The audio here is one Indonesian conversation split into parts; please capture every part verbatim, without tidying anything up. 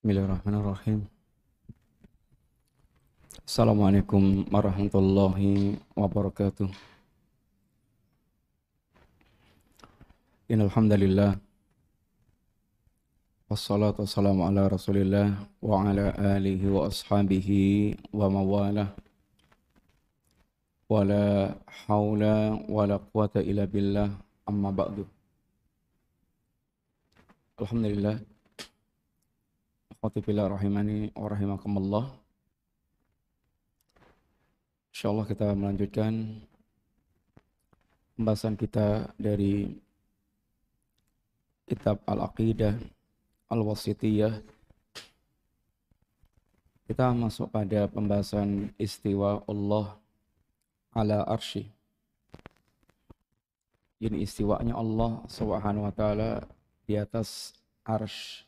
Bismillahirrahmanirrahim. Assalamualaikum warahmatullahi wabarakatuh. Innal hamdalillah wassalatu wassalamu ala Rasulillah wa ala alihi wa ashabihi wa mawalah. Wala haula wala quwata illa billah amma ba'du. Alhamdulillah. Akhwati fillah rahimani wa rahimakumullah. Insyaallah kita melanjutkan pembahasan kita dari kitab Al-Aqidah Al-Wasithiyah. Kita masuk pada pembahasan istiwa Allah ala arsy. Ini istiwanya Allah Subhanahu wa taala di atas arsy.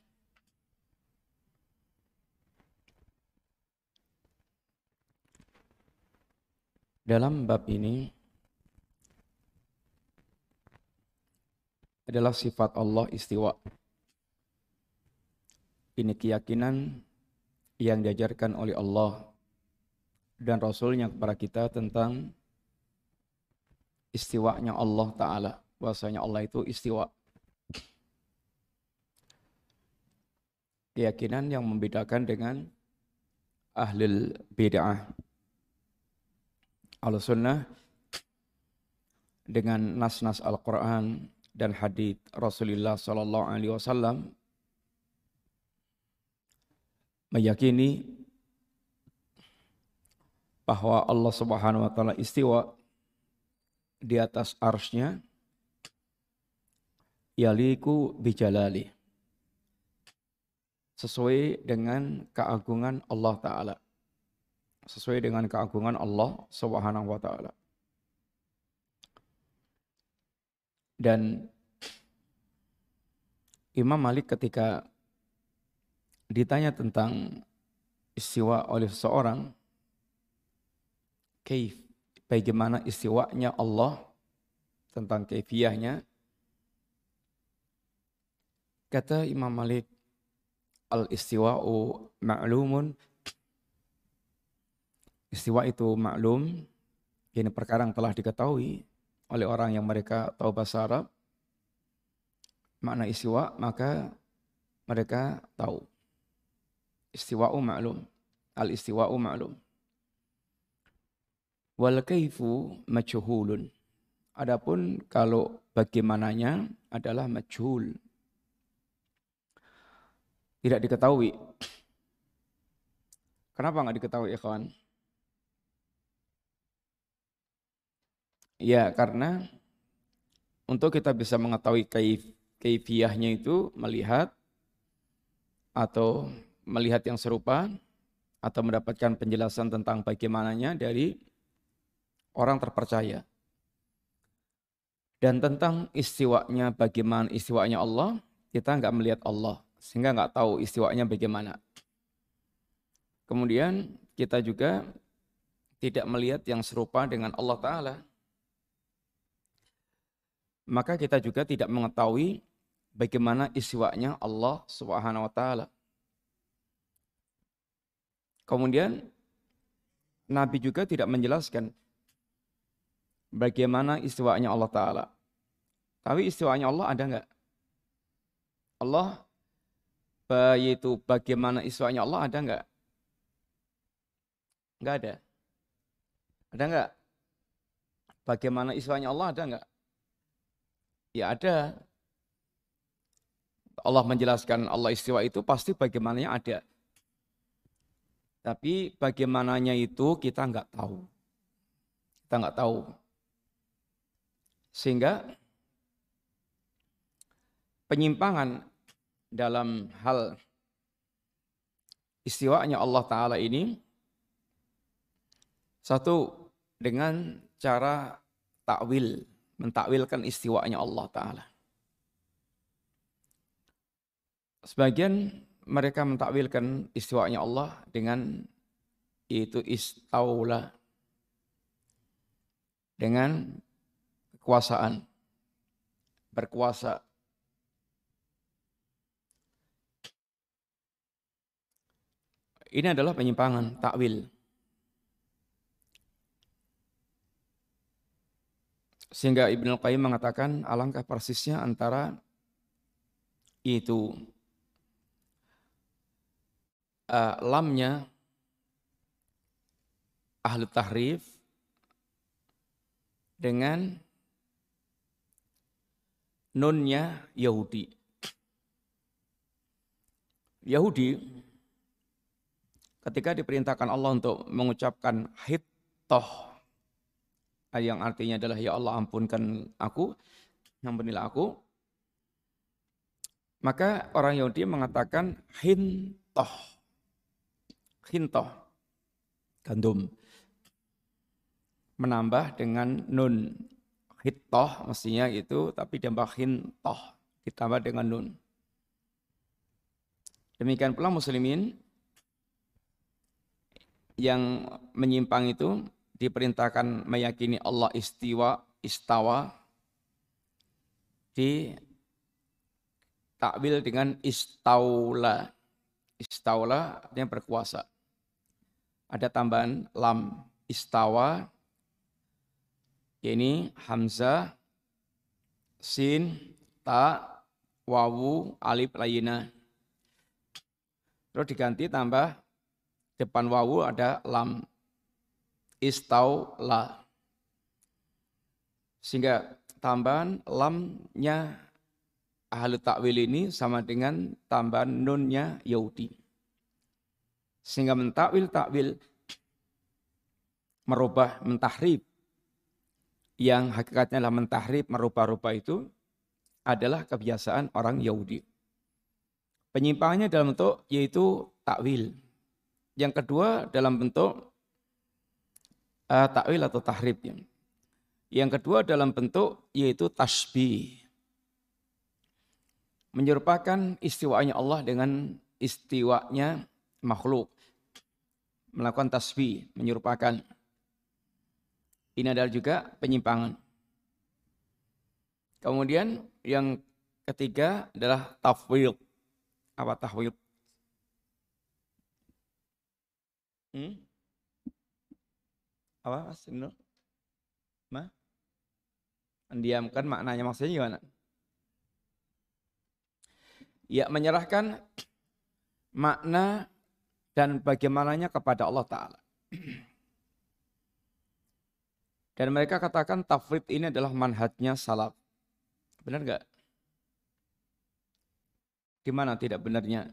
Dalam bab ini adalah sifat Allah istiwa. Ini keyakinan yang diajarkan oleh Allah dan Rasulnya kepada kita tentang istiwanya Allah Ta'ala. Bahwasanya Allah itu istiwa. Keyakinan yang membedakan dengan ahlul bid'ah. Al-Sunnah dengan nas-nas Al-Quran dan hadits Rasulullah Sallallahu Alaihi Wasallam meyakini bahwa Allah Subhanahu Wa Taala istiwa di atas arsy-Nya yaliku bijalali, sesuai dengan keagungan Allah Ta'ala. Sesuai dengan keagungan Allah Subhanahu wa taala. Dan Imam Malik ketika ditanya tentang istiwa oleh seseorang, kaif, bagaimana istiwanya Allah, tentang kaifiyahnya, kata Imam Malik, al-istiwa'u ma'lumun. Istiwa itu maklum, ini perkara yang telah diketahui oleh orang yang mereka tahu bahasa Arab. Makna istiwa, maka mereka tahu. Istiwa'u maklum, al-istiwa'u maklum. Wal kaifu majhulun. Adapun kalau bagaimananya adalah majhul. Tidak diketahui. Kenapa nggak diketahui, ikhwan? Ya, karena untuk kita bisa mengetahui kaif, kaifiyahnya itu melihat atau melihat yang serupa atau mendapatkan penjelasan tentang bagaimananya dari orang terpercaya. Dan tentang istiwanya, bagaimana istiwanya Allah, kita nggak melihat Allah, sehingga nggak tahu istiwanya bagaimana. Kemudian kita juga tidak melihat yang serupa dengan Allah Ta'ala. Maka kita juga tidak mengetahui bagaimana istiwanya Allah Subhanahu wa taala. Kemudian Nabi juga tidak menjelaskan bagaimana istiwanya Allah Ta'ala. Tapi istiwanya Allah ada enggak? Allah, yaitu bagaimana istiwanya Allah ada enggak? Enggak ada. Ada enggak? Bagaimana istiwanya Allah ada enggak? Ya ada. Allah menjelaskan Allah istiwa itu pasti bagaimananya ada. Tapi bagaimananya itu kita enggak tahu. Kita enggak tahu. Sehingga penyimpangan dalam hal istiwanya Allah Ta'ala ini, satu, dengan cara takwil, mentakwilkan istiwanya Allah Ta'ala. Sebagian mereka mentakwilkan istiwanya Allah dengan itu istaula, dengan kekuasaan, berkuasa. Ini adalah penyimpangan, takwil. Sehingga Ibnu Qayyim mengatakan alangkah persisnya antara itu uh, lamnya ahli tahrif dengan nunnya Yahudi. Yahudi ketika diperintahkan Allah untuk mengucapkan hittah, yang artinya adalah ya Allah ampunkan aku, ampunilah aku, maka orang Yahudi mengatakan hintoh, hintoh, gandum, menambah dengan nun, hittoh mestinya itu, tapi ditambah hintoh, ditambah dengan nun. Demikian pula muslimin yang menyimpang itu diperintahkan meyakini Allah istiwa, istawa, di takwil dengan istaula. Istaula artinya berkuasa. Ada tambahan lam, istawa, ini hamzah, sin, ta, wawu, alif, layina. Terus diganti tambah depan wawu ada lam, istaula. Sehingga tambahan lamnya ahli takwil ini sama dengan tambahan nunnya Yahudi. Sehingga mentakwil takwil merubah, mentahrib, yang hakikatnya adalah mentahrib, merubah-rubah itu adalah kebiasaan orang Yahudi. Penyimpangannya dalam bentuk yaitu takwil. Yang kedua dalam bentuk uh, takwil atau tahrib. Yang kedua dalam bentuk yaitu tasbih. Menyerupakan istiwanya Allah dengan istiwanya makhluk. Melakukan tasbih, menyerupakan. Ini adalah juga penyimpangan. Kemudian yang ketiga adalah tafwid. Apa tafwid? Hmm? Apa Mas Ibnu? Ma? Mendiamkan maknanya maksudnya gimana? Ya, menyerahkan makna dan bagaimananya kepada Allah Ta'ala. Dan mereka katakan tafwid ini adalah manhajnya salaf. Benar nggak? Gimana tidak benarnya?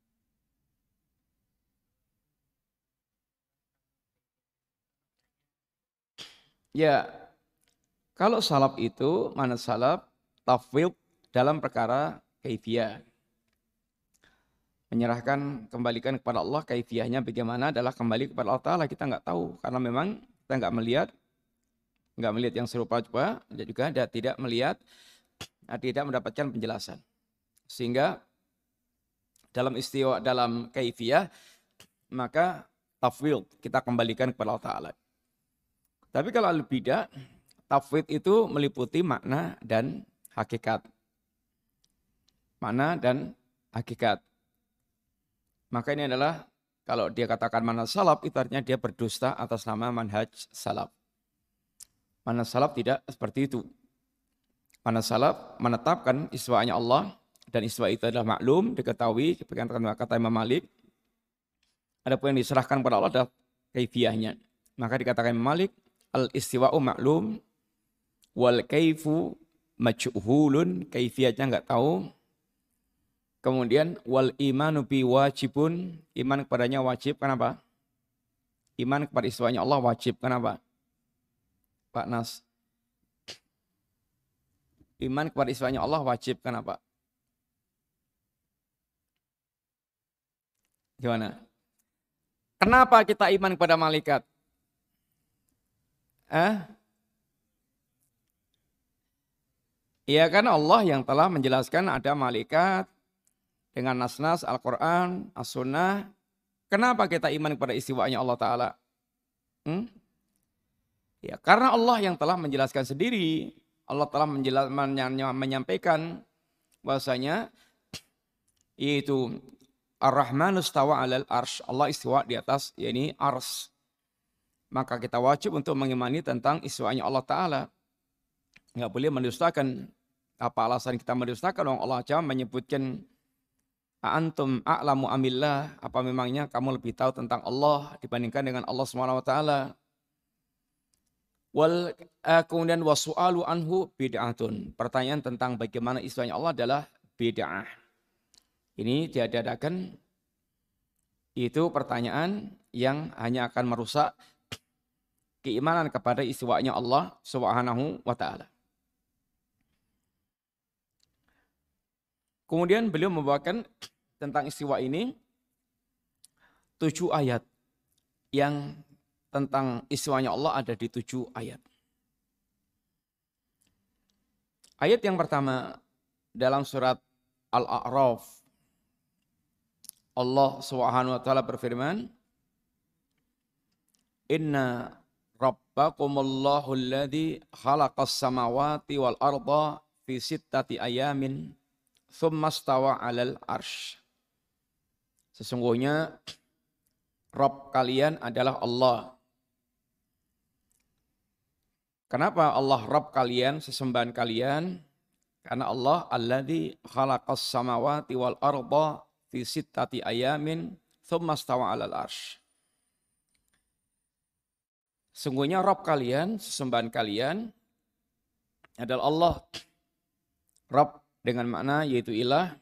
Ya, kalau salaf itu, mana salaf, tafwid dalam perkara kaifiyah. Menyerahkan, kembalikan kepada Allah, kaifiyahnya bagaimana adalah kembali kepada Allah Ta'ala. Kita nggak tahu, karena memang kita nggak melihat, nggak melihat yang serupa juga, dan juga tidak melihat, tidak mendapatkan penjelasan. Sehingga dalam istiwa, dalam kaifiyah, maka tafwid kita kembalikan kepada Allah Ta'ala. Tapi kalau al-bidah, tafwid itu meliputi makna dan hakikat. Makna dan hakikat. Maka ini adalah, kalau dia katakan manhaj salaf, itu artinya dia berdusta atas nama manhaj salaf. Manhaj salaf tidak seperti itu. Manhaj salaf menetapkan istiwanya Allah, dan istiwa itu adalah maklum, diketahui, diberikan kata Imam Malik. Adapun yang diserahkan kepada Allah adalah kaifiyahnya. Maka dikatakan Imam Malik, al-istiwa'u maklum, wal kaifu majhulun, kaifiyahnya enggak tahu. Kemudian wal imanu bi wajibun, iman kepadanya wajib. Kenapa? Iman kepada istiwanya Allah wajib. Kenapa? Pak Nas. Iman kepada istiwanya Allah wajib. Kenapa? Gimana? Kenapa kita iman kepada malaikat? Eh? Iya kan Allah yang telah menjelaskan ada malaikat dengan nas-nas Al-Quran, As-Sunnah. Kenapa kita iman kepada istiwanya Allah Ta'ala? Hmm? Ya, karena Allah yang telah menjelaskan sendiri. Allah telah menjelas, menyampaikan bahwasanya yaitu Ar-Rahmanu istawa 'alal arsy. Allah istiwa di atas yakni ars. Maka kita wajib untuk mengimani tentang istiwanya Allah Ta'ala. Enggak boleh mendustakan. Apa alasan kita mendustakan? Allah aja menyebutkan antum a'lamu amillah. Apa memangnya kamu lebih tahu tentang Allah dibandingkan dengan Allah Subhanahu wa taala? Wal uh, kemudian wasu'alu anhu bid'atun. Pertanyaan tentang bagaimana istiwanya Allah adalah bid'ah. Ini diadakan, itu pertanyaan yang hanya akan merusak keimanan kepada istiwanya Allah Subhanahu wa taala. Kemudian beliau membawakan tentang istiwa ini tujuh ayat yang tentang istiwanya Allah ada di tujuh ayat. Ayat yang pertama dalam surat Al-A'raf, Allah Subhanahu wa taala berfirman, "Inna rabbakumullahu alladzi khalaqas samawati wal arda fi sittati ayamin tsumma stawa 'alal arsy." Sesungguhnya Rabb kalian adalah Allah. Kenapa Allah Rabb kalian, sesembahan kalian? Karena Allah alladzi khalaqas samawati wal arda fi sittati ayamin tsumma stawa 'alal arsy. Sungguhnya Rabb kalian, sesembahan kalian adalah Allah. Rabb dengan makna yaitu ilah.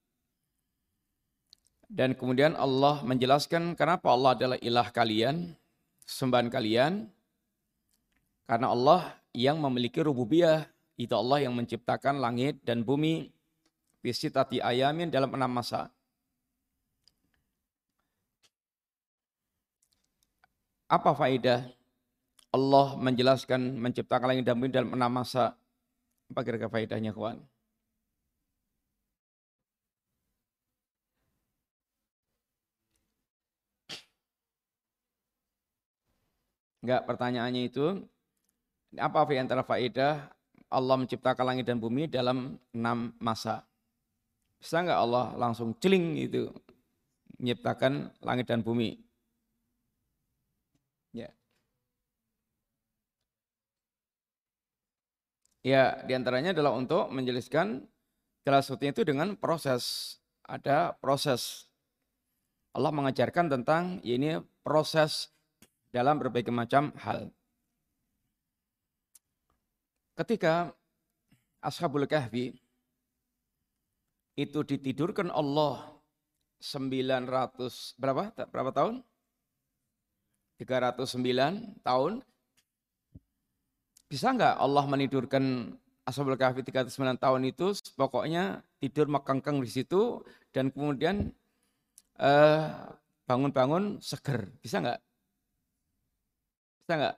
Dan kemudian Allah menjelaskan kenapa Allah adalah ilah kalian, sembahan kalian. Karena Allah yang memiliki rububiyah, itu Allah yang menciptakan langit dan bumi fi sittati ayamin dalam enam masa. Apa faedah Allah menjelaskan menciptakan langit dan bumi dalam enam masa? Apa kira-kira faedahnya, kawan? Enggak, pertanyaannya itu apa di antara faedah Allah menciptakan langit dan bumi dalam enam masa? Bisa enggak Allah langsung celing itu menciptakan langit dan bumi? Ya. Ya, diantaranya adalah untuk menjelaskan segala sesuatu itu dengan proses. Ada proses. Allah mengajarkan tentang ini proses dalam berbagai macam hal. Ketika Ashabul Kahfi itu ditidurkan Allah sembilan ratus berapa? Berapa tahun? tiga ratus sembilan tahun. Bisa enggak Allah menidurkan Ashabul Kahfi tiga ratus sembilan tahun itu pokoknya tidur mekengkeng di situ dan kemudian eh, bangun-bangun seger. Bisa enggak? Bisa enggak?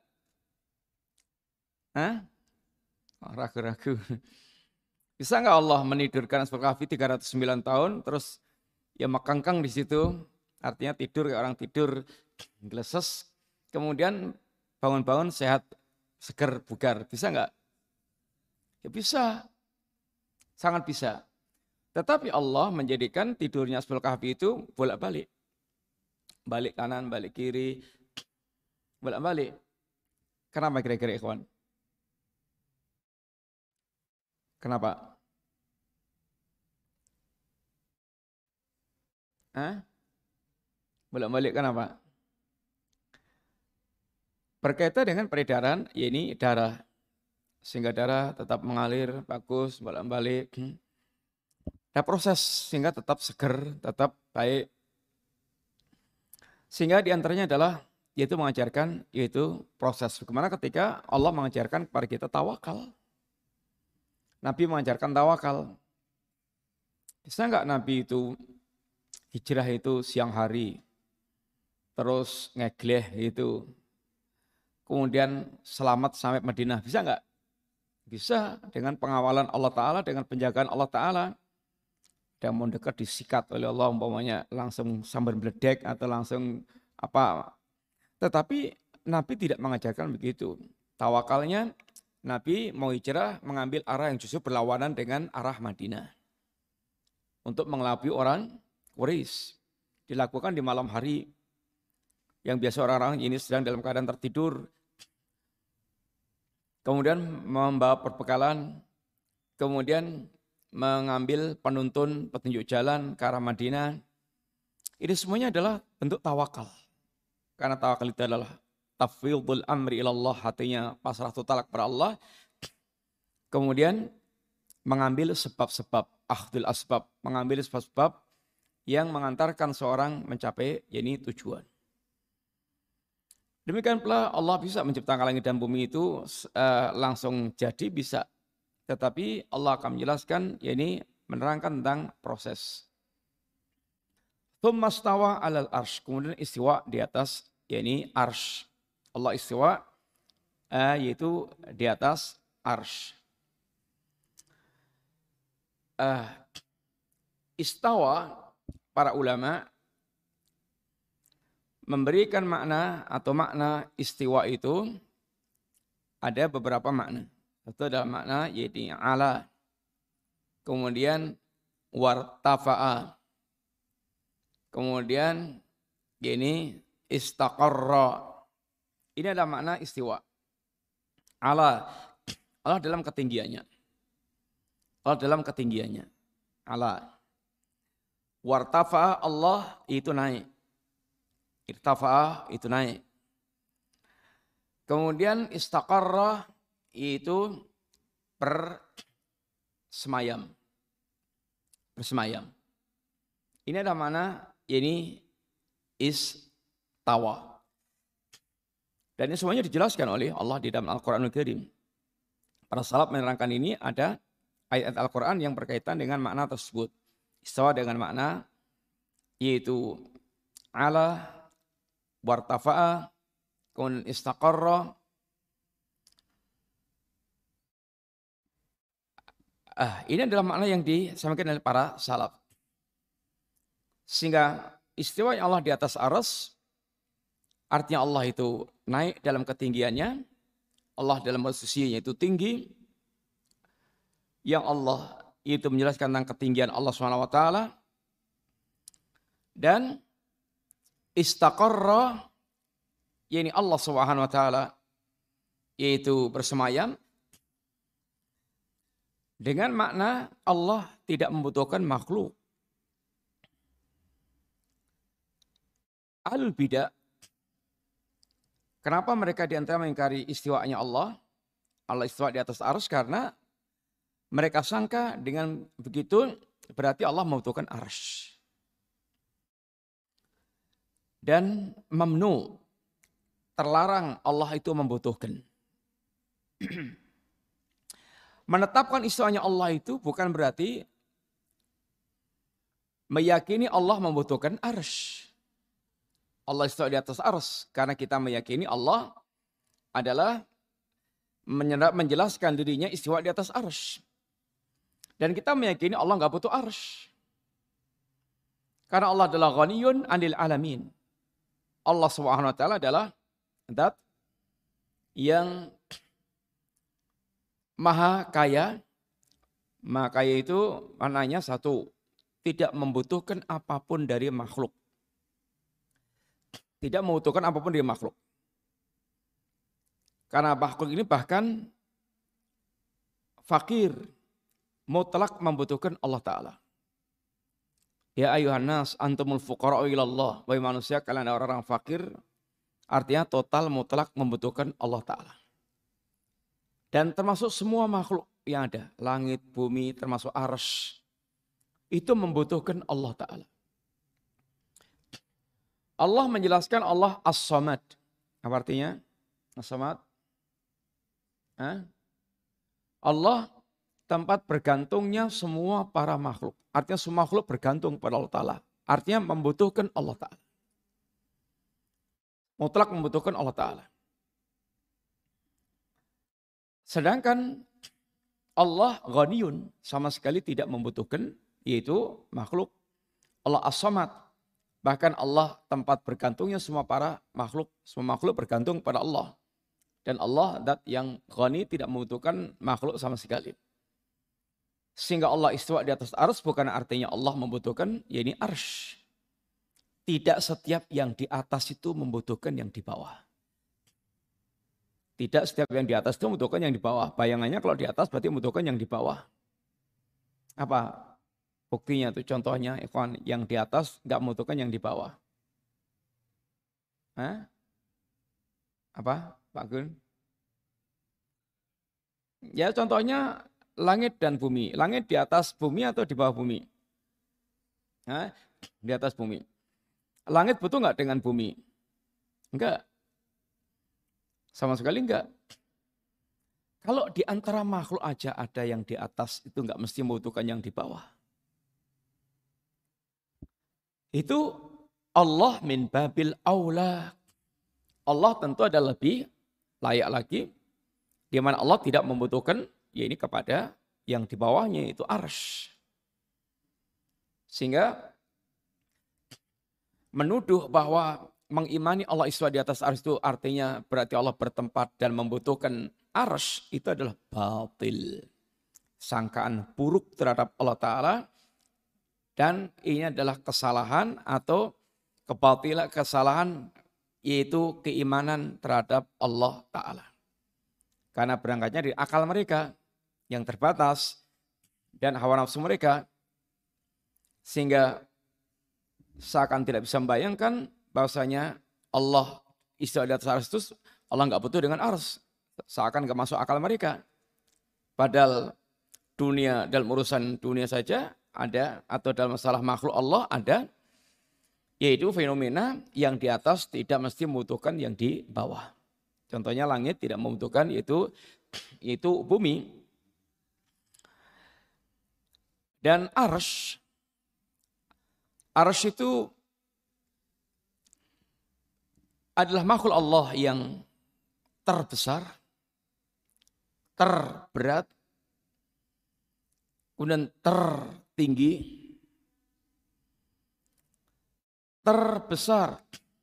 Hah? Oh, ragu-ragu. Bisa enggak Allah menidurkan Ashabul Kahfi tiga ratus sembilan tahun terus ya mekengkeng di situ, artinya tidur kayak orang tidur gleses, kemudian bangun-bangun sehat, seger, bugar. Bisa enggak? Ya bisa. Sangat bisa. Tetapi Allah menjadikan tidurnya Ashabul Kahfi itu bolak-balik. Balik kanan, balik kiri, bolak-balik. Kenapa kira-kira ikhwan? Kenapa? Hah? Bolak-balik kenapa? Berkaitan dengan peredaran, ya ini darah. Sehingga darah tetap mengalir, bagus, bolak-balik. Ada proses sehingga tetap seger, tetap baik. Sehingga diantaranya adalah yaitu mengajarkan yaitu proses. Bagaimana ketika Allah mengajarkan kepada kita tawakal. Nabi mengajarkan tawakal. Bisa enggak Nabi itu hijrah itu siang hari, terus ngegleh itu, kemudian selamat sampai Madinah. Bisa enggak? Bisa, dengan pengawalan Allah Ta'ala, dengan penjagaan Allah Ta'ala. Dan mau dekat disikat oleh Allah, umpamanya langsung sambar meledek atau langsung apa. Tetapi Nabi tidak mengajarkan begitu. Tawakalnya Nabi mau hijrah mengambil arah yang justru berlawanan dengan arah Madinah. Untuk mengelabui orang Quraisy. dilakukan di malam hari yang biasa orang-orang ini sedang dalam keadaan tertidur, kemudian membawa perbekalan, kemudian mengambil penuntun petunjuk jalan ke arah Madinah. Ini semuanya adalah bentuk tawakal. Karena tawakal itu adalah tafwidul amri ilallah, hatinya pasrah total kepada Allah. Kemudian mengambil sebab-sebab, akhdul asbab, mengambil sebab-sebab yang mengantarkan seorang mencapai yakni tujuan. Demikian pula Allah bisa menciptakan langit dan bumi itu uh, langsung jadi bisa. Tetapi Allah akan menjelaskan, yakni menerangkan tentang proses. Tsumma stawa 'alal arsy, kemudian istiwa di atas yakni arsy. Allah istiwa uh, yaitu di atas arsy. Uh, istawa para ulama memberikan makna atau makna istiwa itu ada beberapa makna. Satu adalah makna yaitu ala, kemudian wartafa'a, kemudian gini istaqarra. Ini adalah makna istiwa. Ala, Allah dalam ketinggiannya. Allah dalam ketinggiannya. Ala. Wartafa'a, Allah itu naik. Irtafa'ah itu naik. Kemudian istaqarra itu bersemayam. Bersemayam. Ini ada mana? Ini istawa. Dan ini semuanya dijelaskan oleh Allah di dalam Al-Quranul Karim. Para salaf menerangkan ini ada ayat Al-Quran yang berkaitan dengan makna tersebut. Istawa dengan makna yaitu ala, wartafa'a, kemudian istaqarra. Ah, ini adalah makna yang disampaikan oleh para salaf. Sehingga istiwa Allah di atas arsy, artinya Allah itu naik dalam ketinggiannya, Allah dalam posisinya itu tinggi, yang Allah itu menjelaskan tentang ketinggian Allah subhanahu wa taala, dan istaqarra, yakni Allah subhanahu wa ta'ala yaitu bersemayam dengan makna Allah tidak membutuhkan makhluk. Ahlul bidah, kenapa mereka diantara mengingkari istiwanya Allah? Allah istiwa di atas arsy karena mereka sangka dengan begitu berarti Allah membutuhkan arsy. Dan mamnu, terlarang Allah itu membutuhkan. Menetapkan istiwanya Allah itu bukan berarti meyakini Allah membutuhkan arsy. Allah istiwa di atas arsy karena kita meyakini Allah adalah menjelaskan dirinya istiwa di atas arsy. Dan kita meyakini Allah nggak butuh arsy. Karena Allah adalah ghaniyun 'anil alamin. Allah subhanahu wa ta'ala adalah zat yang maha kaya. Maha kaya itu maknanya satu, tidak membutuhkan apapun dari makhluk. Tidak membutuhkan apapun dari makhluk. Karena makhluk ini bahkan fakir, mutlak membutuhkan Allah Ta'ala. Ya ayuhan nas antumul fuqara'u ilallah. Wahai manusia, kalian adalah orang-orang fakir. Artinya total mutlak membutuhkan Allah Ta'ala. Dan termasuk semua makhluk yang ada. Langit, bumi, termasuk arsy. Itu membutuhkan Allah Ta'ala. Allah menjelaskan Allah as-samad. Apa artinya? As-samad. Hah? Allah tempat bergantungnya semua para makhluk. Artinya semua makhluk bergantung pada Allah Ta'ala. Artinya membutuhkan Allah Ta'ala. Mutlak membutuhkan Allah Ta'ala. Sedangkan Allah ghaniyun, sama sekali tidak membutuhkan, yaitu makhluk. Allah as-samad. Bahkan Allah tempat bergantungnya semua para makhluk. Semua makhluk bergantung pada Allah. Dan Allah zat yang ghani tidak membutuhkan makhluk sama sekali. Sehingga Allah istiwa di atas arsy bukan artinya Allah membutuhkan, yakni arsy. tidak setiap yang di atas itu membutuhkan yang di bawah. Tidak setiap yang di atas itu membutuhkan yang di bawah. Bayangannya kalau di atas berarti membutuhkan yang di bawah. Apa buktinya tuh contohnya ikhwan, yang di atas nggak membutuhkan yang di bawah. Hah? Apa Pak Gun? Ya contohnya langit dan bumi. Langit di atas bumi atau di bawah bumi? Hah? Di atas bumi. Langit butuh nggak dengan bumi? Enggak. Sama sekali enggak. Kalau di antara makhluk aja ada yang di atas, itu enggak mesti membutuhkan yang di bawah. Itu Allah min babil aula. Allah tentu ada lebih layak lagi, di mana Allah tidak membutuhkan ya ini kepada yang di bawahnya, itu arsy. Sehingga menuduh bahwa mengimani Allah istiwa di atas arsy itu artinya berarti Allah bertempat dan membutuhkan arsy, itu adalah batil. Sangkaan buruk terhadap Allah Ta'ala, dan ini adalah kesalahan atau kebatilan, kesalahan, yaitu keimanan terhadap Allah Ta'ala. Karena berangkatnya dari akal mereka yang terbatas dan hawa nafsu mereka, sehingga seakan tidak bisa membayangkan bahwasanya Allah istiwa di atas arsy itu Allah nggak butuh dengan arsy. Seakan nggak masuk akal mereka. Padahal dunia, dalam urusan dunia saja ada, atau dalam masalah makhluk Allah ada, yaitu fenomena yang di atas tidak mesti membutuhkan yang di bawah. Contohnya langit tidak membutuhkan yaitu yaitu bumi. Dan arsy, arsy itu adalah makhluk Allah yang terbesar, terberat, kemudian tertinggi, terbesar.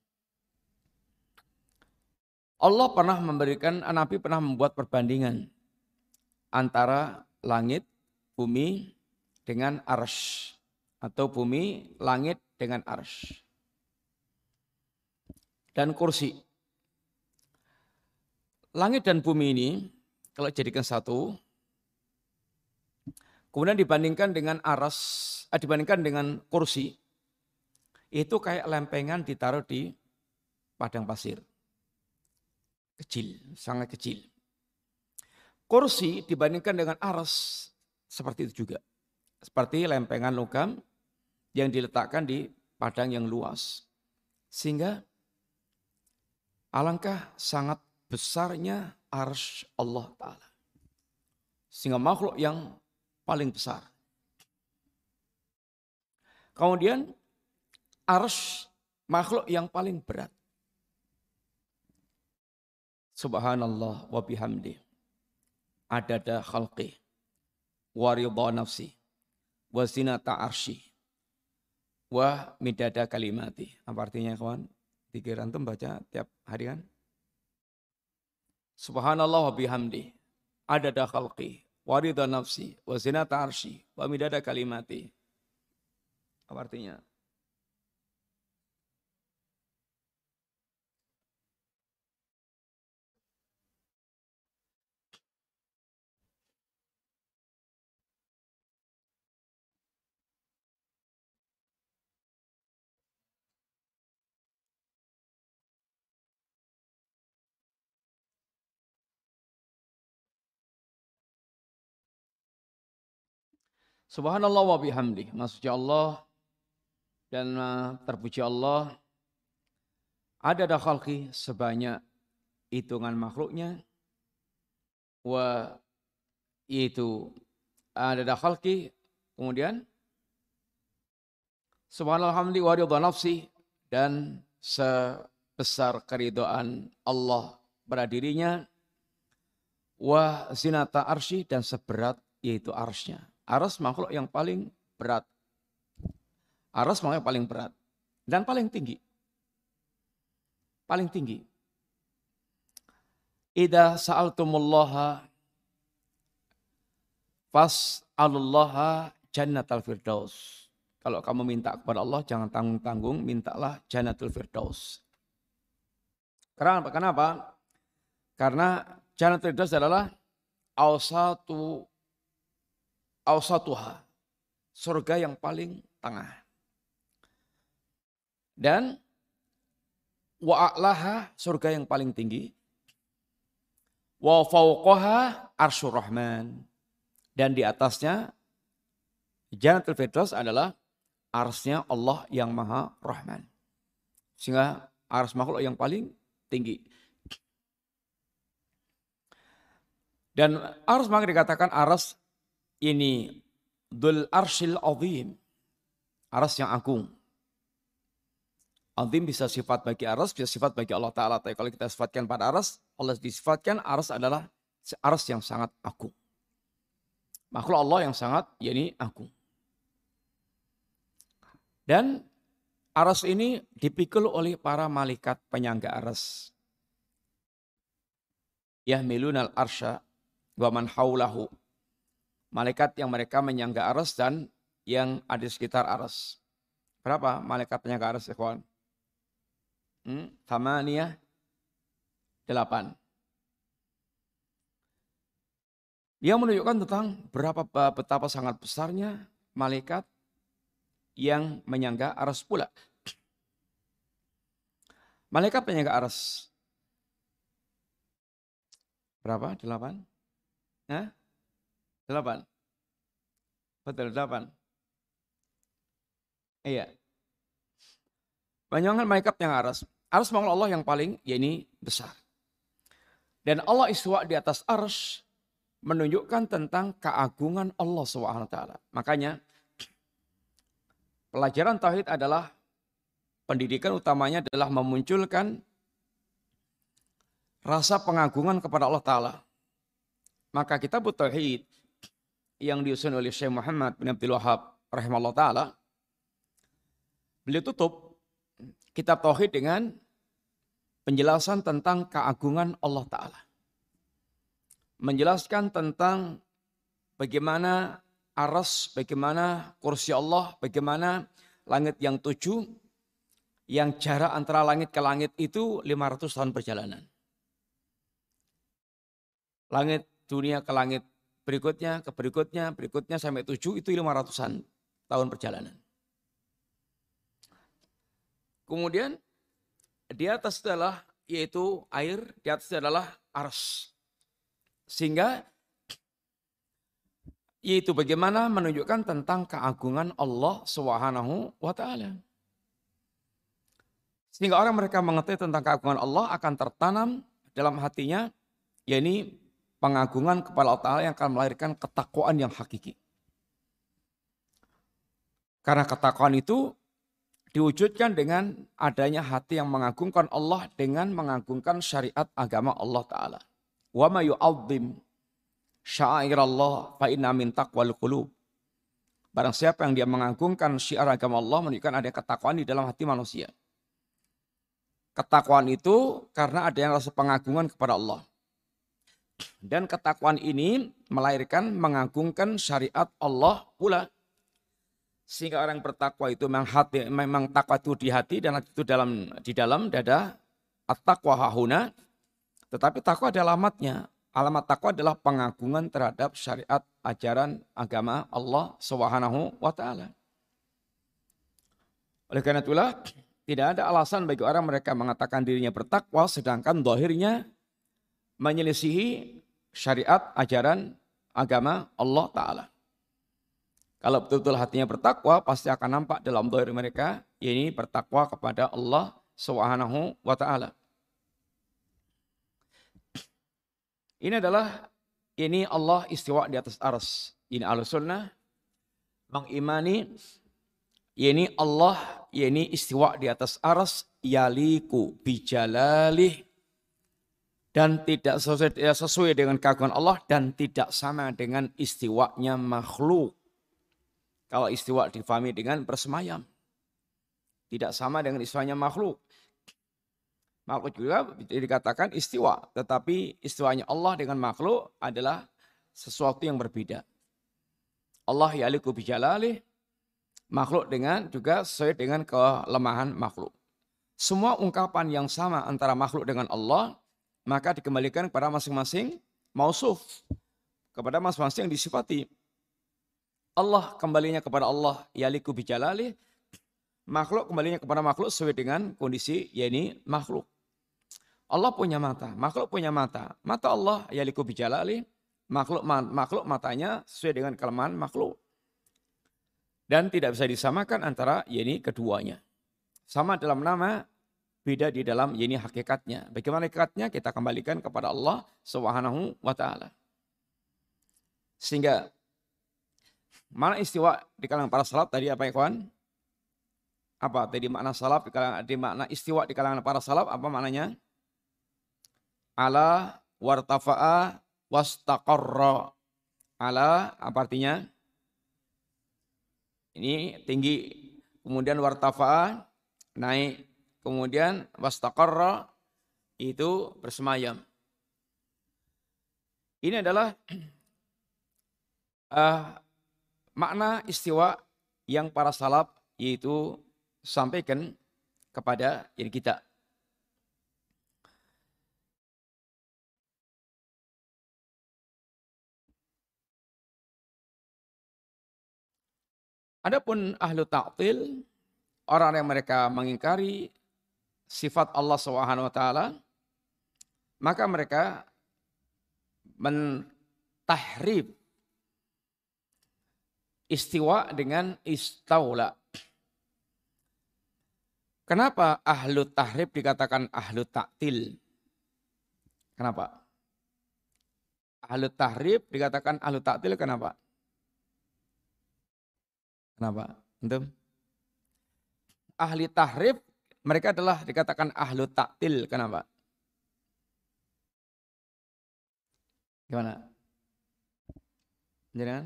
Allah pernah memberikan, Nabi pernah membuat perbandingan antara langit, bumi dengan arsy, atau bumi, langit dengan arsy, dan kursi. Langit dan bumi ini kalau jadikan satu, kemudian dibandingkan dengan arsy, eh, dibandingkan dengan kursi, itu kayak lempengan ditaruh di padang pasir. Kecil, sangat kecil. Kursi dibandingkan dengan arsy seperti itu juga. Seperti lempengan logam yang diletakkan di padang yang luas. Sehingga alangkah sangat besarnya arsy Allah Ta'ala. Sehingga makhluk yang paling besar. Kemudian arsy makhluk yang paling berat. Subhanallah wa bihamdi. Adada khalqi. Wa ridha nafsi. Wa zinata arsy. Wa midada kalimati. Apa artinya kawan? Dikir antum baca tiap hari kan? Subhanallah wa bihamdi. Adada khalqi. Wa ridha nafsi. Wa zinata arsy. Wa midada kalimati. Apa artinya? Subhanallah wa bihamdi. Maksudnya Allah dan terpuji Allah. Adada khalqi, sebanyak hitungan makhluknya. Wa itu adada khalqi. Kemudian subhanallah hamdi wa ridha nafsi, dan sebesar keridhaan Allah pada dirinya. Wa zinata arsy, dan seberat yaitu arsy-nya. Arsy makhluk yang paling berat. Arsy makhluk yang paling berat dan paling tinggi. Paling tinggi. Idza sa'altumullaha fas'alullaha jannatal firdaus. Kalau kamu minta kepada Allah, jangan tanggung-tanggung, mintalah Jannatul Firdaus. Kenapa? Kenapa? Karena Jannatul Firdaus adalah awsatu awsatuha, surga yang paling tengah. Dan wa'alaha, surga yang paling tinggi. Wa fauqaha arsyur rahman. Dan di atasnya Jannatul Firdaus adalah arsnya Allah yang maha rahman. Sehingga ars makhluk yang paling tinggi. Dan ars maka dikatakan ars ini dzul arsyil azim. Ars yang agung. Azim bisa sifat bagi ars, bisa sifat bagi Allah Ta'ala. Tapi kalau kita sifatkan pada ars, Allah disifatkan ars adalah ars yang sangat agung. Makhluk Allah yang sangat yakni agung. Dan aras ini dipikul oleh para malaikat penyangga aras. Yahmilunal arsya wa man haulahu. Malaikat yang mereka menyangga aras dan yang ada di sekitar aras. Berapa malaikat penyangga aras, ikhwan? Hmm, Thamaniyah, delapan. Dia menunjukkan tentang berapa betapa sangat besarnya malaikat yang menyangga aras pula. Malaikat penyangga aras. Berapa? Delapan? Hah? Delapan? Betul, delapan. Iya. Banyak malaikat yang aras. Aras makhluk Allah yang paling, ya ini besar. Dan Allah istiwa di atas aras menunjukkan tentang keagungan Allah subhanahu wa taala. Makanya pelajaran tauhid adalah pendidikan utamanya adalah memunculkan rasa pengagungan kepada Allah Ta'ala. Maka kitab tauhid yang disusun oleh Syekh Muhammad bin Abdul Wahab rahimahullah ta'ala, beliau tutup kitab tauhid dengan penjelasan tentang keagungan Allah Ta'ala. Menjelaskan tentang bagaimana aras, bagaimana kursi Allah, bagaimana langit yang tujuh, yang jarak antara langit ke langit itu lima ratus tahun perjalanan. Langit dunia ke langit berikutnya, ke berikutnya, berikutnya sampai tujuh itu lima ratusan tahun perjalanan. Kemudian di atas adalah yaitu air, di atas adalah aras. Sehingga yaitu bagaimana menunjukkan tentang keagungan Allah Subhanahu wa taala. Sehingga orang mereka mengetahui tentang keagungan Allah akan tertanam dalam hatinya, yakni pengagungan kepada Allah Ta'ala yang akan melahirkan ketakwaan yang hakiki. Karena ketakwaan itu diwujudkan dengan adanya hati yang mengagungkan Allah dengan mengagungkan syariat agama Allah Ta'ala. Wa ma yu'azzim sya'airallah fa inna min taqwal qulub. Barang siapa yang dia mengagungkan syiar agama Allah menunjukkan ada ketakwaan di dalam hati manusia. Ketakwaan itu karena adanya rasa pengagungan kepada Allah. Dan ketakwaan ini melahirkan mengagungkan syariat Allah pula. Sehingga orang bertakwa itu memang hati, memang takwa itu di hati dan itu dalam di dalam dada. At-taqwa hahuna. Tetapi takwa adalah alamatnya. Alamat takwa adalah pengagungan terhadap syariat ajaran agama Allah Subhanahu wa taala. Oleh karena itulah tidak ada alasan bagi orang mereka mengatakan dirinya bertakwa sedangkan zahirnya menyelisihi syariat ajaran agama Allah Ta'ala. Kalau betul-betul hatinya bertakwa pasti akan nampak dalam zahir mereka ini bertakwa kepada Allah Subhanahu wa taala. Ini adalah ini Allah istiwa di atas arsy. Ini Ahlussunnah mengimani ini Allah ini istiwa di atas arsy yaliku bijalalih dan tidak sesuai, sesuai dengan keagungan Allah dan tidak sama dengan istiwanya makhluk. Kalau istiwa difahami dengan bersemayam. Tidak sama dengan istiwanya makhluk. Makhluk juga dikatakan istiwa. Tetapi istiwanya Allah dengan makhluk adalah sesuatu yang berbeda. Allah yaliku bijalalih. makhluk dengan juga sesuai dengan kelemahan makhluk. Semua ungkapan yang sama antara makhluk dengan Allah, maka dikembalikan kepada masing-masing mausuf, kepada masing-masing yang disifati. Allah kembalinya kepada Allah, yaliku bijalali, makhluk kembalinya kepada makhluk sesuai dengan kondisi, yakni makhluk. Allah punya mata, makhluk punya mata. Mata Allah yaliku bijalali, makhluk makhluk matanya sesuai dengan kelemahan makhluk. Dan tidak bisa disamakan antara yakni keduanya. Sama dalam nama, beda di dalam yakni hakikatnya. Bagaimana hakikatnya kita kembalikan kepada Allah Subhanahu wa taala. Sehingga mana istiwa di kalangan para salaf tadi apa ya kawan? Apa tadi makna salaf di kalangan di makna istiwa di kalangan para salaf apa maknanya? Ala wartafa'a wastaqarra. Ala apa artinya? Ini tinggi, kemudian wartafa'a naik, kemudian wastaqarra itu bersemayam. Ini adalah uh, makna istiwa yang para salaf yaitu sampaikan kepada diri kita. Adapun ahlu ta'til, orang yang mereka mengingkari sifat Allah Subhanahu wa taala, maka mereka mentahrif istiwa dengan istaula. Kenapa ahlu tahrif dikatakan ahlu ta'til? Kenapa? Ahlu tahrif dikatakan ahlu ta'til kenapa? Kenapa? Antum? Ahli tahrif mereka adalah dikatakan ahlu ta'til. Kenapa? Gimana? Jangan?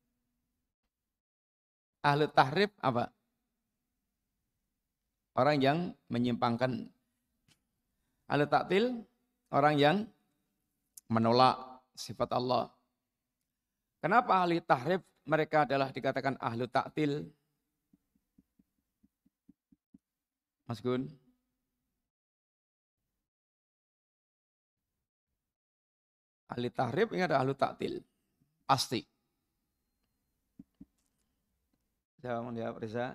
Ahlu tahrif apa? Orang yang menyimpangkan. Ahlu ta'til orang yang menolak sifat Allah. Kenapa ahli tahrif mereka adalah dikatakan ahlu ta'til? Mas Gun? Ahli tahrif ini ada ahlu ta'til. Pasti. Jawab dia Reza.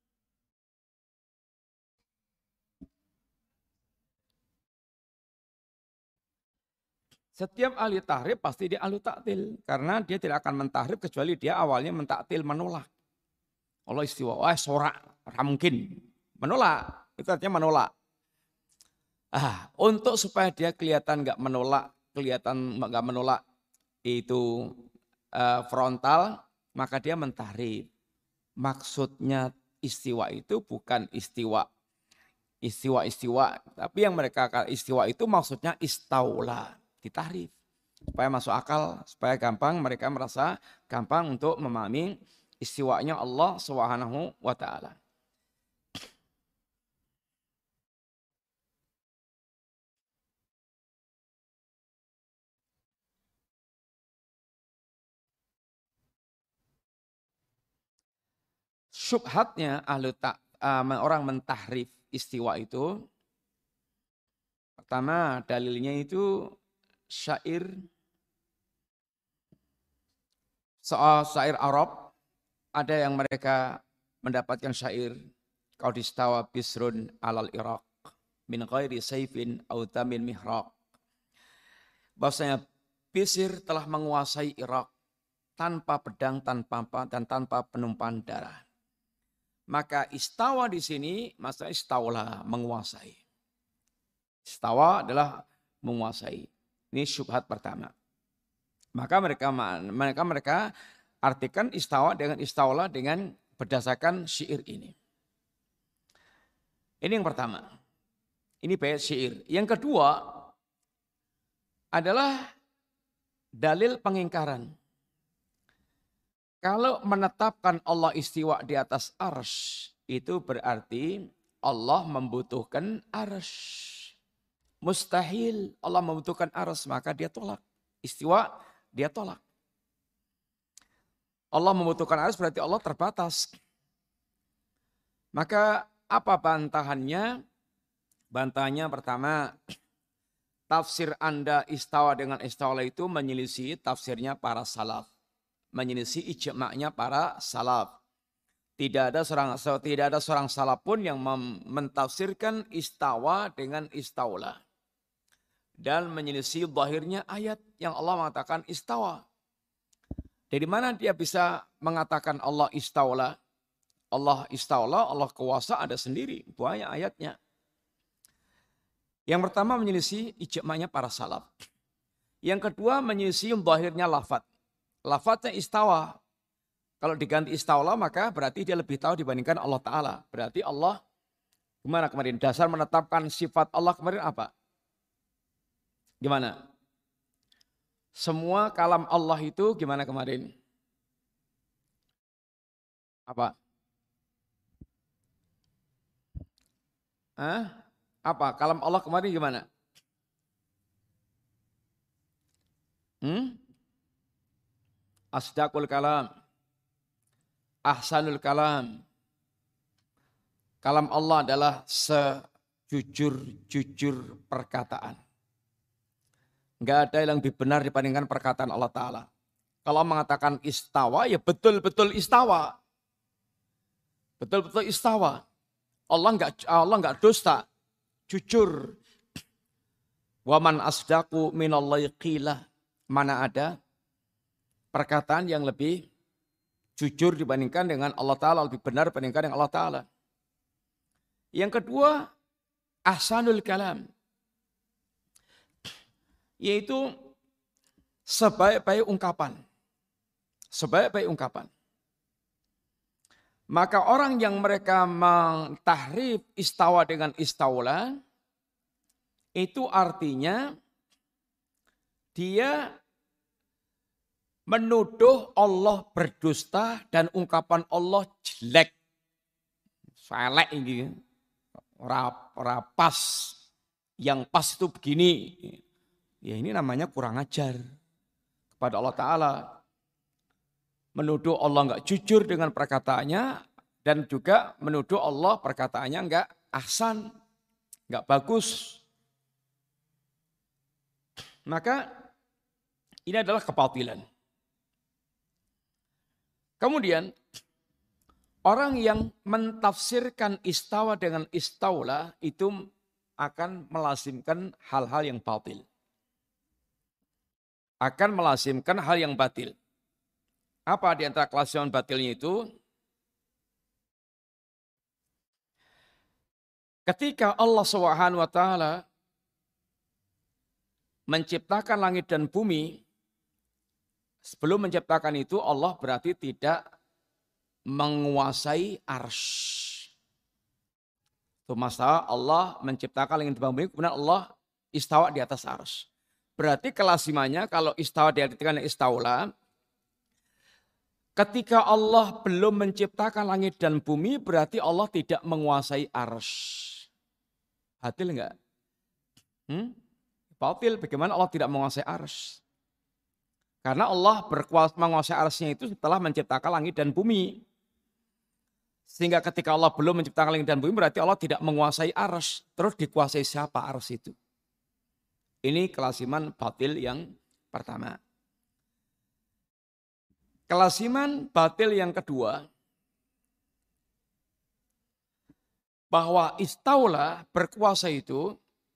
Setiap ahli tahrif pasti dia ahlu ta'til. Karena dia tidak akan mentahrif kecuali dia awalnya mentaktil, menolak. Allah istiwa, wah sorak, mungkin. Menolak, itu artinya menolak. Ah, untuk supaya dia kelihatan nggak menolak, kelihatan nggak menolak itu uh, frontal, maka dia mentahrif. Maksudnya istiwa itu bukan istiwa. Istiwa-istiwa. Tapi yang mereka istiwa itu maksudnya istaula. Ditahrif supaya masuk akal, supaya gampang mereka merasa gampang untuk memahami istiwanya Allah Subhanahu wa taala. Syubhatnya ahlu ta, uh, orang mentahrif istiwa itu, pertama dalilnya itu syair soal syair Arab. Ada yang mereka mendapatkan syair kau distawa bisrun alal Iraq min ghairi sayfin au tamin mihraq. Bahwasanya Bisir telah menguasai Irak tanpa pedang, tanpa apa dan tanpa penumpahan darah. Maka istawa di sini maksudnya istaula, menguasai. Istawa adalah menguasai. Ini syubhat pertama. Maka mereka mereka mereka artikan istawa dengan istaula dengan berdasarkan syair ini. Ini yang pertama. Ini bait syair. Yang kedua adalah dalil pengingkaran. Kalau menetapkan Allah istiwa di atas arsy, itu berarti Allah membutuhkan arsy. Mustahil Allah membutuhkan arsy, maka dia tolak. Istiwa, dia tolak. Allah membutuhkan arsy berarti Allah terbatas. Maka apa bantahannya? Bantahannya pertama, tafsir Anda istawa dengan istaula itu menyelisih tafsirnya para salaf. Menyelisih ijma'nya para salaf. Tidak ada seorang tidak ada seorang salaf pun yang mentafsirkan istawa dengan istaula. Dan menyelisih zahirnya ayat yang Allah mengatakan istawa. Dari mana dia bisa mengatakan Allah istaula? Allah istaula, Allah kuasa ada sendiri. Banyak ayatnya. Yang pertama menyelisih ijma'nya para salaf. Yang kedua menyelisih zahirnya lafaz. Lafaznya istawa. Kalau diganti istaula maka berarti dia lebih tahu dibandingkan Allah Ta'ala. Berarti Allah, gimana kemarin? Dasar menetapkan sifat Allah kemarin apa? Gimana? Semua kalam Allah itu gimana kemarin? Apa? Hah? Apa? Kalam Allah kemarin gimana? Hmm? Asdaqul kalam. Ahsanul kalam. Kalam Allah adalah sejujur-jujur perkataan. Enggak ada yang lebih benar dibandingkan perkataan Allah Ta'ala. Kalau mengatakan istawa, ya betul-betul istawa. Betul-betul istawa. Allah enggak Allah enggak dusta. Jujur. Waman asdaqu minallahi qila. Mana ada perkataan yang lebih jujur dibandingkan dengan Allah Ta'ala. Lebih benar dibandingkan dengan Allah Ta'ala. Yang kedua, ahsanul kalam. Yaitu sebaik-baik ungkapan. Sebaik-baik ungkapan. Maka orang yang mereka mentahrif istawa dengan istaula, itu artinya dia menuduh Allah berdusta dan ungkapan Allah jelek. Selek ini. Rapas. Yang pas itu begini. Ya ini namanya kurang ajar kepada Allah Ta'ala. Menuduh Allah enggak jujur dengan perkataannya dan juga menuduh Allah perkataannya enggak ahsan, enggak bagus. Maka ini adalah kebatilan. Kemudian orang yang mentafsirkan istawa dengan istaula itu akan melazimkan hal-hal yang batil. Akan melazimkan hal yang batil. Apa di antara kelasiman batilnya itu? Ketika Allah Subhanahu wa taala menciptakan langit dan bumi, sebelum menciptakan itu Allah berarti tidak menguasai arsy. Itu masalah Allah menciptakan langit dan bumi, kemudian Allah istawa di atas arsy. Berarti kelasimannya kalau istawa diartikan istaula, ketika Allah belum menciptakan langit dan bumi, berarti Allah tidak menguasai arsy. Batil enggak? Hmm? Batil, bagaimana Allah tidak menguasai arsy? Karena Allah berkuasa menguasai arsy-nya itu setelah menciptakan langit dan bumi. Sehingga ketika Allah belum menciptakan langit dan bumi, berarti Allah tidak menguasai arsy. Terus dikuasai siapa arsy itu? Ini kelasiman batil yang pertama. Kelasiman batil yang kedua, bahwa istaula berkuasa itu,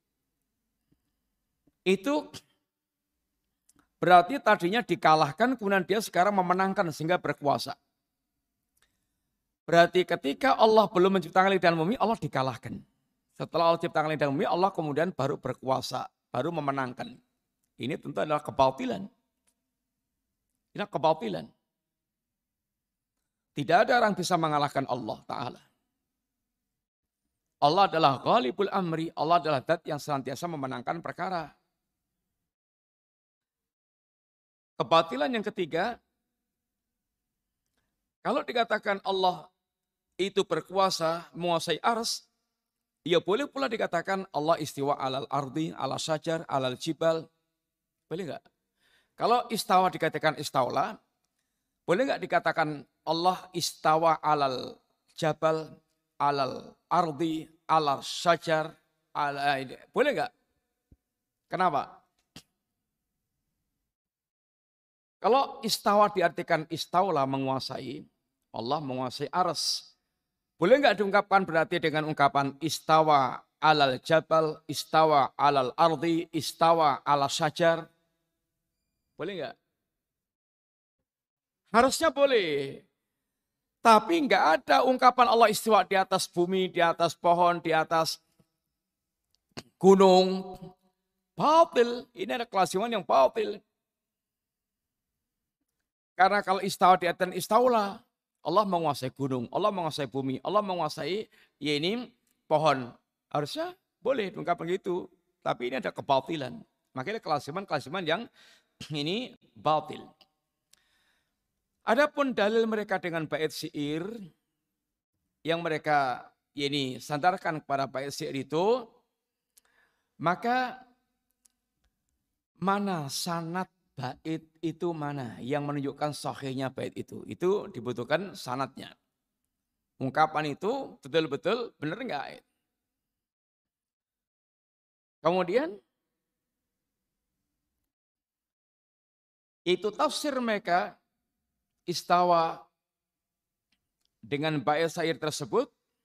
itu berarti tadinya dikalahkan, kemudian dia sekarang memenangkan sehingga berkuasa. Berarti ketika Allah belum menciptakan langit dan bumi, Allah dikalahkan. Setelah Allah ciptakan langit dan bumi, Allah kemudian baru berkuasa, baru memenangkan. Ini tentu adalah kebatilan. Ini kebatilan. Tidak ada orang bisa mengalahkan Allah Ta'ala. Allah adalah ghalibul amri. Allah adalah zat yang senantiasa memenangkan perkara. Kebatilan yang ketiga, kalau dikatakan Allah itu berkuasa, menguasai ars, ya boleh pula dikatakan Allah istiwa alal ardi, ala syajar, alal jibal. Boleh enggak? Kalau istawa dikatakan istaula, boleh enggak dikatakan Allah istawa alal jabal, alal ardi, alal syajar, ala ini. Boleh nggak? Kenapa? Kalau istawa diartikan istaulah menguasai, Allah menguasai arsy. Boleh nggak diungkapkan berarti dengan ungkapan istawa alal jabal, istawa alal ardi, istawa ala syajar? Boleh nggak? Harusnya boleh. Tapi nggak ada ungkapan Allah istiwa di atas bumi, di atas pohon, di atas gunung. Batil. Ini ada kelasiman yang batil. Karena kalau istawa diartikan istaulah, Allah menguasai gunung, Allah menguasai bumi, Allah menguasai ya ini pohon. Harusnya boleh diungkapkan gitu. Tapi ini ada kebatilan. Makanya kelasiman-kelasiman yang ini batil. Adapun dalil mereka dengan bait syair yang mereka ya ini sandarkan kepada bait syair itu, maka mana sanad bait itu mana yang menunjukkan sahihnya bait itu? Itu dibutuhkan sanadnya. Ungkapan itu betul-betul benar enggak? Kemudian itu tafsir mereka istawa dengan bait syair tersebut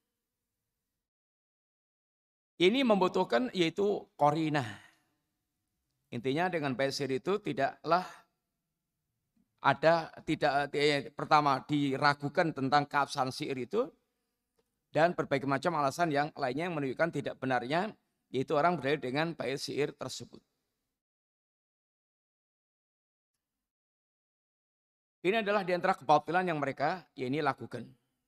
ini membutuhkan yaitu qarinah. Intinya dengan bait syair itu tidaklah ada, tidak eh, pertama diragukan tentang keabsahan syair itu dan berbagai macam alasan yang lainnya yang menunjukkan tidak benarnya yaitu orang berdalil dengan bait syair tersebut. Ini adalah di antara kebatilan yang mereka ya ini lakukan.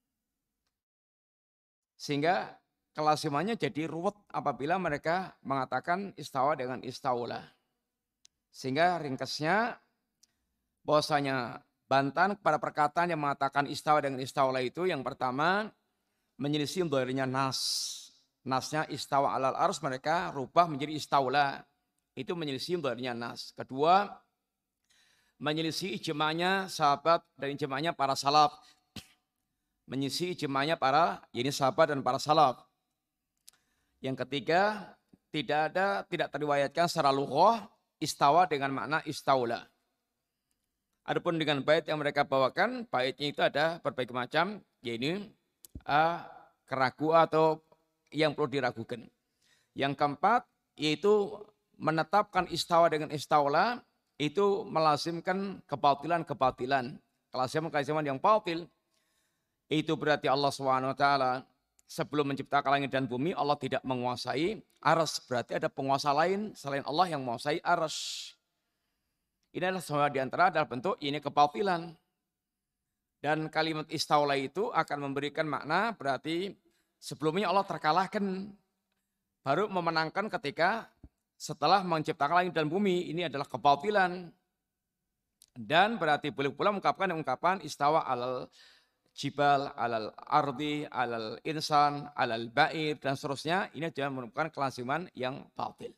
Sehingga kelasimannya jadi ruwet apabila mereka mengatakan istawa dengan istaulah. Sehingga ringkasnya bahwasanya bantahan kepada perkataan yang mengatakan istawa dengan istaulah itu yang pertama menyelisih dhahirnya nas. Nasnya istawa alal arsy mereka rubah menjadi istaulah. Itu menyelisih dhahirnya nas. Kedua menyelisih ijma'nya sahabat dan ijma'nya para salaf. Menyelisih ijma'nya para ini sahabat dan para salaf. Yang ketiga tidak ada tidak teriwayatkan secara lughah istawa dengan makna istaula. Adapun dengan bait yang mereka bawakan, baitnya itu ada berbagai macam, yaitu uh, keraguan atau yang perlu diragukan. Yang keempat, yaitu menetapkan istawa dengan istaula, itu melazimkan kebatilan-kebatilan. Kelasiman-kelasiman yang batil, itu berarti Allah subhanahu wa taala sebelum menciptakan langit dan bumi, Allah tidak menguasai arsy. Berarti ada penguasa lain selain Allah yang menguasai arsy. Ini adalah semua diantara adalah bentuk ini kebatilan. Dan kalimat istaula itu akan memberikan makna berarti sebelumnya Allah terkalahkan. Baru memenangkan ketika setelah menciptakan langit dan bumi. Ini adalah kebatilan. Dan berarti boleh pula mengungkapkan ungkapan istawa alal jibal, alal ardi, alal insan, alal ba'ir, dan seterusnya. Ini adalah merupakan kelasiman yang batil.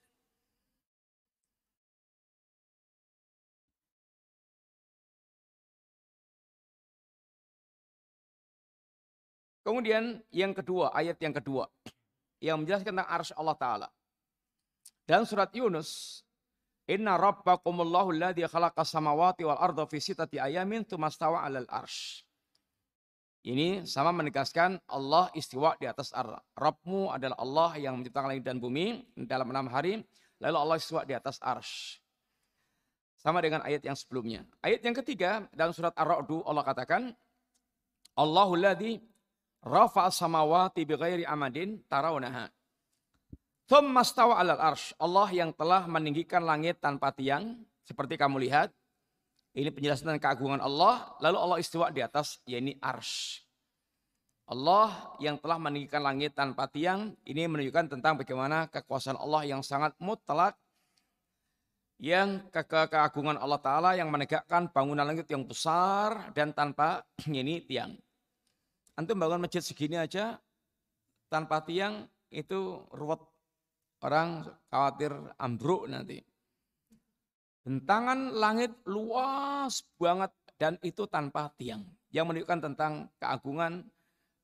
Kemudian yang kedua, ayat yang kedua. Yang menjelaskan tentang arsy Allah Ta'ala. Dan surat Yunus. Inna rabbakumullahu alladhi khalaqas samawati wal arda fi sittati ayamin tumastawa alal arsy. Ini sama menegaskan Allah istiwa di atas ar. Rabbmu adalah Allah yang menciptakan langit dan bumi dalam enam hari. Lalu Allah istiwa di atas arsy. Sama dengan ayat yang sebelumnya. Ayat yang ketiga dalam surat Ar-Ra'd Allah katakan. Allahul ladzi rafa'a samawati bighairi amadin tarawunaha. Tsumma stawa 'alal arsy. Allah yang telah meninggikan langit tanpa tiang seperti kamu lihat. Ini penjelasan tentang keagungan Allah. Lalu Allah istiwa di atas, yakni arsy. Allah yang telah meninggikan langit tanpa tiang. Ini menunjukkan tentang bagaimana kekuasaan Allah yang sangat mutlak. Yang ke ke keagungan Allah Ta'ala yang menegakkan bangunan langit yang besar dan tanpa ini tiang. Antum bangun masjid segini aja tanpa tiang itu ruwet. Orang khawatir ambruk nanti. Bentangan langit luas banget dan itu tanpa tiang. Yang menunjukkan tentang keagungan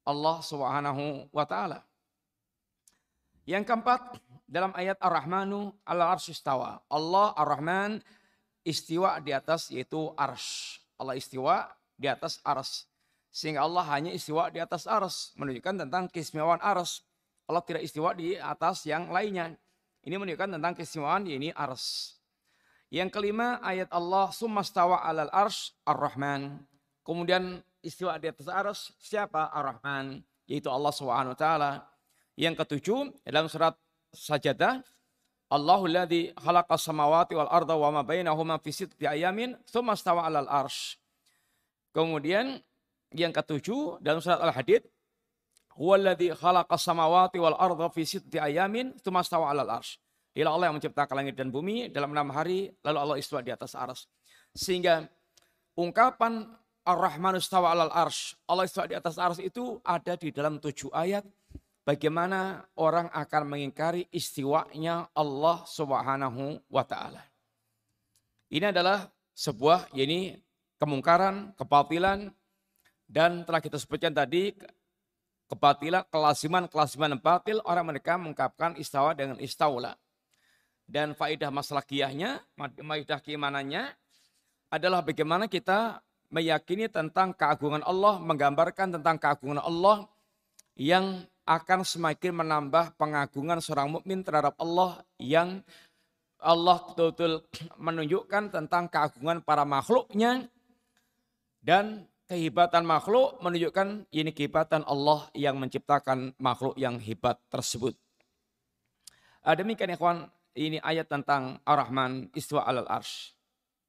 Allah Subhanahu wa taala. Yang keempat, dalam ayat Ar-Rahmanu 'alal arsy istawa. Allah Ar-Rahman istiwa di atas yaitu arsy. Allah istiwa di atas arsy. Sehingga Allah hanya istiwa di atas arsy, menunjukkan tentang keistimewaan arsy. Allah tidak istiwa di atas yang lainnya. Ini menunjukkan tentang keistimewaan ini arsy. Yang kelima, ayat Allah summastawa 'alal arsy Ar-Rahman. Kemudian istiwa di atas arsy siapa? Ar-Rahman, yaitu Allah Subhanahu wa taala. Yang ketujuh, dalam surat Sajadah, Allahul ladzi khalaqas samawati wal arda wa ma bainahuma fi sittati ayamin tsumma stawa 'alal arsy. Kemudian yang ketujuh dalam surat Al-Hadid, huwal ladzi khalaqas samawati wal arda fi sittati ayamin tsumma stawa 'alal arsy. Dialah Allah yang menciptakan langit dan bumi dalam enam hari, lalu Allah istiwa di atas arsy. Sehingga ungkapan Ar-Rahmanu istawa 'alal arsy, Allah istiwa di atas arsy itu ada di dalam tujuh ayat. Bagaimana orang akan mengingkari istiwanya Allah Subhanahu wa taala. Ini adalah sebuah ini kemungkaran, kebatilan, dan telah kita sebutkan tadi kebatilan, kelasiman-kelasiman batil orang mereka mengungkapkan istawa dengan istaula. Dan faedah maslahiyahnya, faedah keimanannya adalah bagaimana kita meyakini tentang keagungan Allah, menggambarkan tentang keagungan Allah yang akan semakin menambah pengagungan seorang mukmin terhadap Allah, yang Allah betul-betul menunjukkan tentang keagungan para makhluknya, dan kehebatan makhluk menunjukkan ini kehebatan Allah yang menciptakan makhluk yang hebat tersebut. Demikian ikhwan, ini ayat tentang Ar-Rahman istiwa 'alal arsy.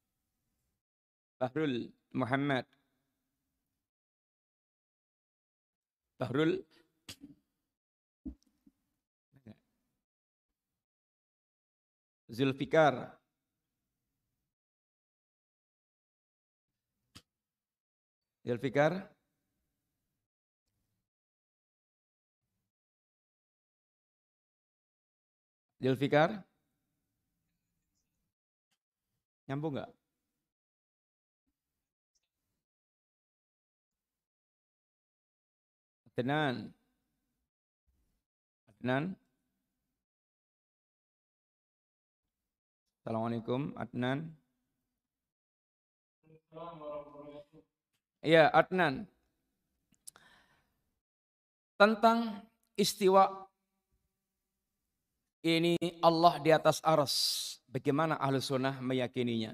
Bahrul Muhammad. Bahrul Zulfikar. Zulfikar. Zulfikar. Nyambung nggak? Adnan. Adnan. Assalamualaikum, Adnan. Iya, Adnan. Tentang istiwa ini Allah di atas arsy, bagaimana ahlu sunnah meyakininya?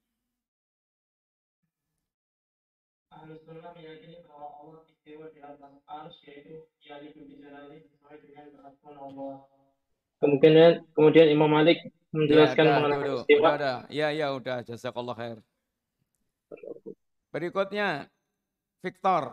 Ahlu sunnah meyakini bahwa Allah istiwa di atas arsy, yaitu yaliku bijalalihi sesuai dengan keagungan Allah. Kemudian kemudian Imam Malik menjelaskan ya, mengenai udah, istiwa. Udah, udah. Ya, ya, udah. Jazakallah khair. Berikutnya, Victor.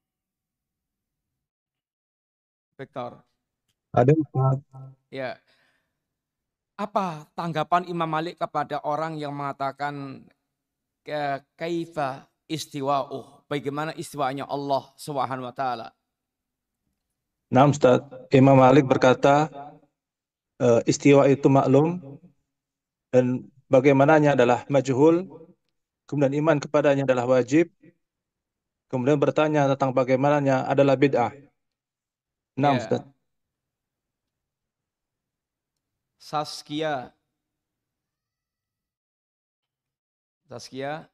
Victor. Ada Ustaz. Ya. Apa tanggapan Imam Malik kepada orang yang mengatakan kaifa istiwa'uh? Bagaimana istiwanya Allah Subhanahu wa taala? Nah, Ustaz, Imam Malik berkata uh, istiwa itu maklum dan bagaimananya adalah majhul, kemudian iman kepadanya adalah wajib, kemudian bertanya tentang bagaimananya adalah bid'ah. Nah, yeah. Ustaz. Saskia. Saskia.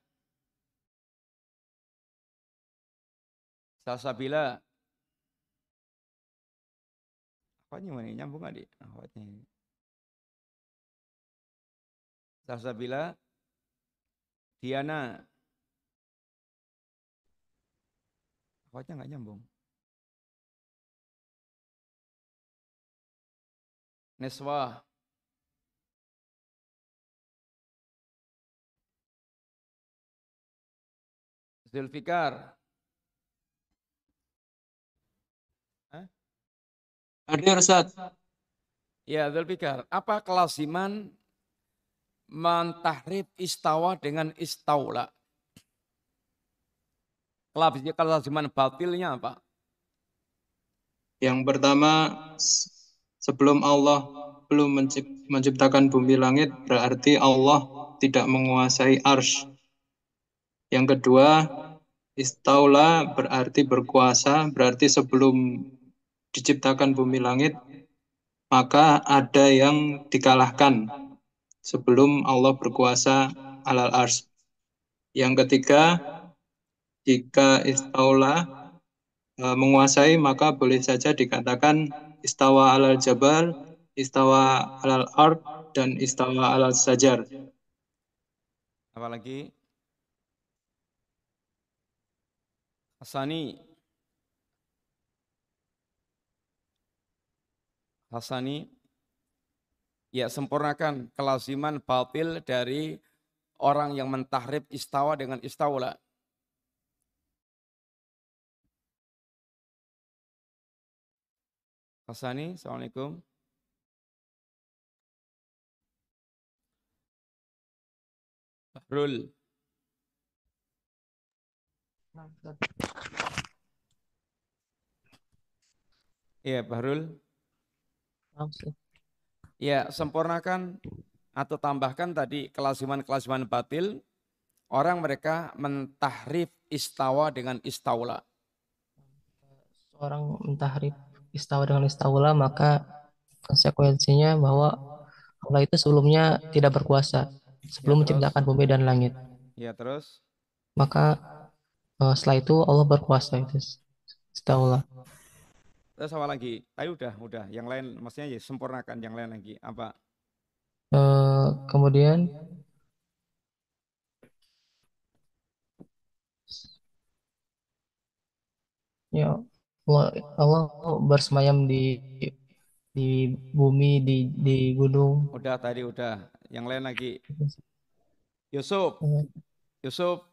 Salsabila. Apanya mana? Nyambung adik. Akhwatnya ini. Salsabila. Diana. Akhwatnya nggak nyambung. Neswa. Zulfikar. Hah? Hadir, Ustaz. Ya, Zulfikar. Apa kelasiman mentahrif istawa dengan istaula? Kelasiman batilnya apa? Yang pertama, sebelum Allah belum menciptakan bumi langit, berarti Allah tidak menguasai arsy. Yang kedua, Istaula berarti berkuasa, berarti sebelum diciptakan bumi langit, maka ada yang dikalahkan sebelum Allah berkuasa alal ars. Yang ketiga, jika istaula e, menguasai, maka boleh saja dikatakan istawa alal jabal, istawa alal ard, dan istawa alal sajar. Apalagi? Hasani. Hasani. Ya, sempurnakan kelaziman batil dari orang yang mentahrib istawa dengan istaula. Hasani, Assalamualaikum. Bahrul. Iya, Bahrul. Ya, sempurnakan atau tambahkan tadi kelaziman-kelaziman batil, orang mereka mentahrif istawa dengan istaula. Seorang mentahrif istawa dengan istaula, maka konsekuensinya bahwa Allah itu sebelumnya tidak berkuasa, sebelum Ya, terus? menciptakan bumi dan langit. Ya, terus? Maka uh, setelah itu Allah berkuasa, itu istaula. Terus apa lagi? Tadi udah, udah. Yang lain, maksudnya ya sempurnakan yang lain lagi. Apa? Uh, kemudian ya Allah, Allah bersemayam di di bumi, di di gunung. Udah tadi udah. Yang lain lagi. Yusuf. Yusuf.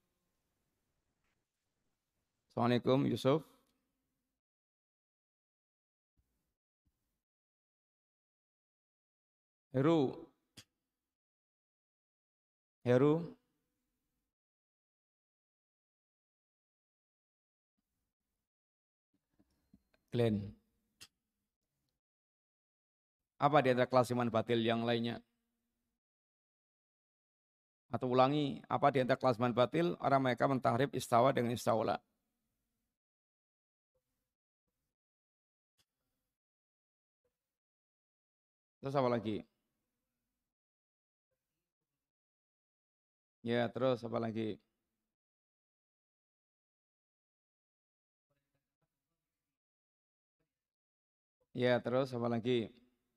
Assalamualaikum Yusuf. Heru. Heru. Glenn. Apa di antara kelasiman batil yang lainnya? Atau ulangi, apa di antara kelasiman batil orang mereka mentahrib istawa dengan istaula? Terus apa lagi? Ya, terus apa lagi? Ya, terus apa lagi?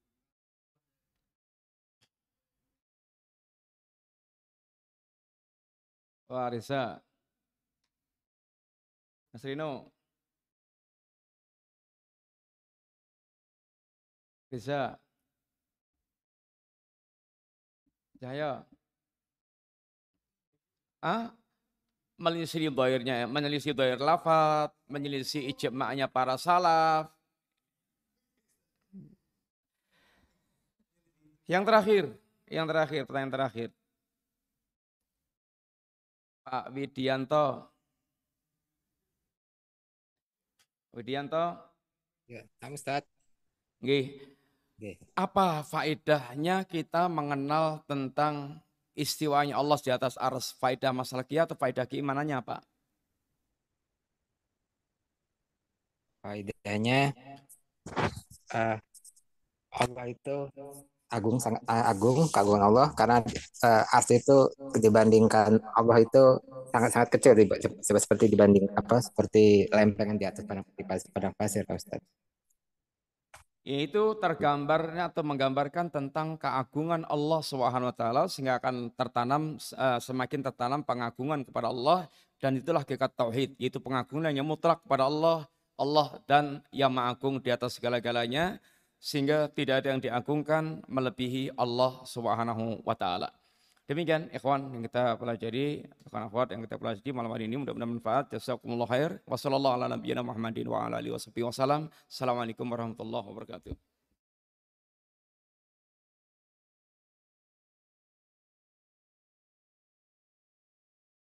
Wah, Risa. Mas Rino. Risa. Cahaya. Ah? Menelisih doirnya, menelisih doir lafad, menelisih ijma'nya para salaf. Yang terakhir, yang terakhir, pertanyaan terakhir. Pak Widianto. Widianto. Ya, Ustaz. Nggih. Apa faedahnya kita mengenal tentang istiwanya Allah di atas ars? Faedah masalahiyah atau faedah keimanannya, Pak? Faedahnya uh, Allah itu agung, sangat uh, agung, keagungan Allah, karena uh, ars itu dibandingkan Allah itu sangat-sangat kecil, seperti dibanding apa seperti lempengan di atas padang, di padang pasir, Pak Ustaz. Itu tergambarnya atau menggambarkan tentang keagungan Allah Subhanahu wa taala, sehingga akan tertanam uh, semakin tertanam pengagungan kepada Allah, dan itulah hakikat tauhid, yaitu pengagungan yang mutlak kepada Allah, Allah dan yang Maha Agung di atas segala-galanya, sehingga tidak ada yang diagungkan melebihi Allah Subhanahu wa taala. Demikian ikhwan yang kita pelajari, ikhwan akhwat yang kita pelajari malam hari ini, mudah-mudahan manfaat. Jazakumullah khair. Wassallallahu ala nabiyyina Muhammadin wa ala alihi wasallam. Assalamualaikum warahmatullahi wabarakatuh.